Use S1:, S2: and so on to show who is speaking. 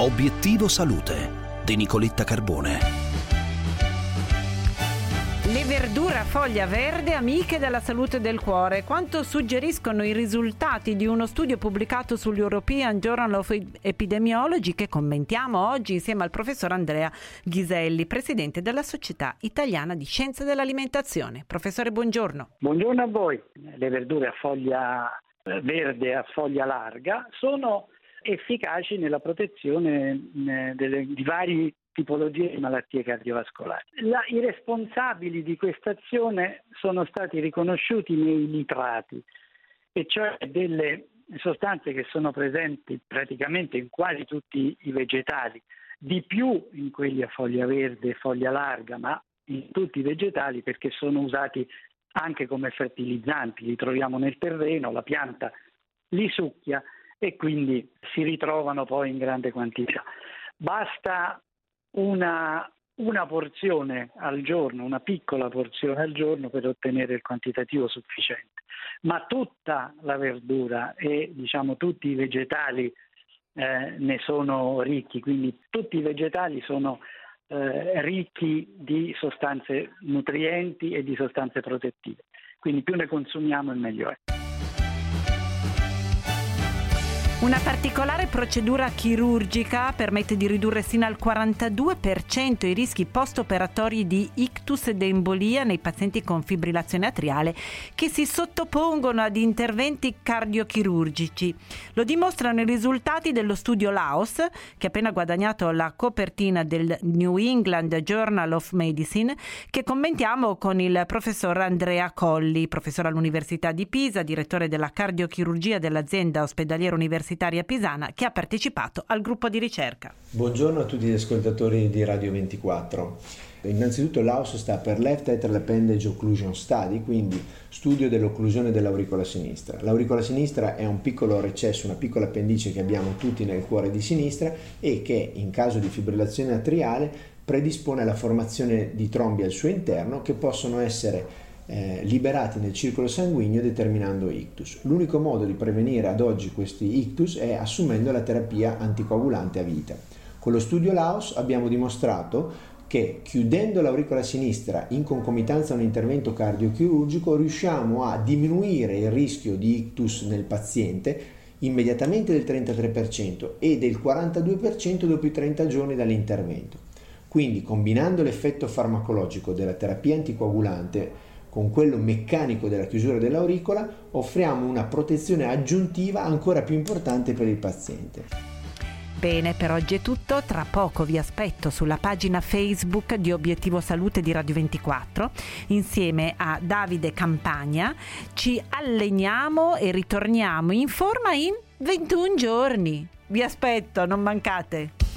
S1: Obiettivo Salute di Nicoletta Carbone.
S2: Le verdure a foglia verde, amiche della salute del cuore. Quanto suggeriscono i risultati di uno studio pubblicato sull'European Journal of Epidemiology che commentiamo oggi insieme al professor Andrea Ghiselli, presidente della Società Italiana di Scienze dell'Alimentazione. Professore, buongiorno.
S3: Buongiorno a voi. Le verdure a foglia verde, a foglia larga, sono efficaci nella protezione di vari tipologie di malattie cardiovascolari. I responsabili di questa azione sono stati riconosciuti nei nitrati, e cioè delle sostanze che sono presenti praticamente in quasi tutti i vegetali, di più in quelli a foglia verde e foglia larga, ma in tutti i vegetali perché sono usati anche come fertilizzanti, li troviamo nel terreno, la pianta li succhia e quindi si ritrovano poi in grande quantità. Basta una porzione al giorno, una piccola porzione al giorno per ottenere il quantitativo sufficiente, ma tutta la verdura e tutti i vegetali ne sono ricchi, quindi tutti i vegetali sono ricchi di sostanze nutrienti e di sostanze protettive, quindi più ne consumiamo e meglio è.
S2: Una particolare procedura chirurgica permette di ridurre sino al 42% i rischi post-operatori di ictus ed embolia nei pazienti con fibrillazione atriale che si sottopongono ad interventi cardiochirurgici. Lo dimostrano i risultati dello studio Laos, che ha appena guadagnato la copertina del New England Journal of Medicine, che commentiamo con il professor Andrea Colli, professore all'Università di Pisa, direttore della cardiochirurgia dell'azienda ospedaliera universitaria Pisana, che ha partecipato al gruppo di ricerca.
S4: Buongiorno a tutti gli ascoltatori di Radio 24. Innanzitutto Laos sta per Left Atrial Appendage Occlusion Study, quindi studio dell'occlusione dell'auricola sinistra. L'auricola sinistra è un piccolo recesso, una piccola appendice che abbiamo tutti nel cuore di sinistra e che in caso di fibrillazione atriale predispone alla formazione di trombi al suo interno che possono essere liberati nel circolo sanguigno determinando ictus. L'unico modo di prevenire ad oggi questi ictus è assumendo la terapia anticoagulante a vita. Con lo studio Laos abbiamo dimostrato che chiudendo l'auricola sinistra in concomitanza a un intervento cardiochirurgico riusciamo a diminuire il rischio di ictus nel paziente immediatamente del 33% e del 42% dopo i 30 giorni dall'intervento. Quindi combinando l'effetto farmacologico della terapia anticoagulante con quello meccanico della chiusura dell'auricola offriamo una protezione aggiuntiva ancora più importante per il paziente.
S2: Bene, per oggi è tutto. Tra poco vi aspetto sulla pagina Facebook di Obiettivo Salute di Radio 24 insieme a Davide Campagna. Ci alleniamo e ritorniamo in forma in 21 giorni. Vi aspetto, non mancate.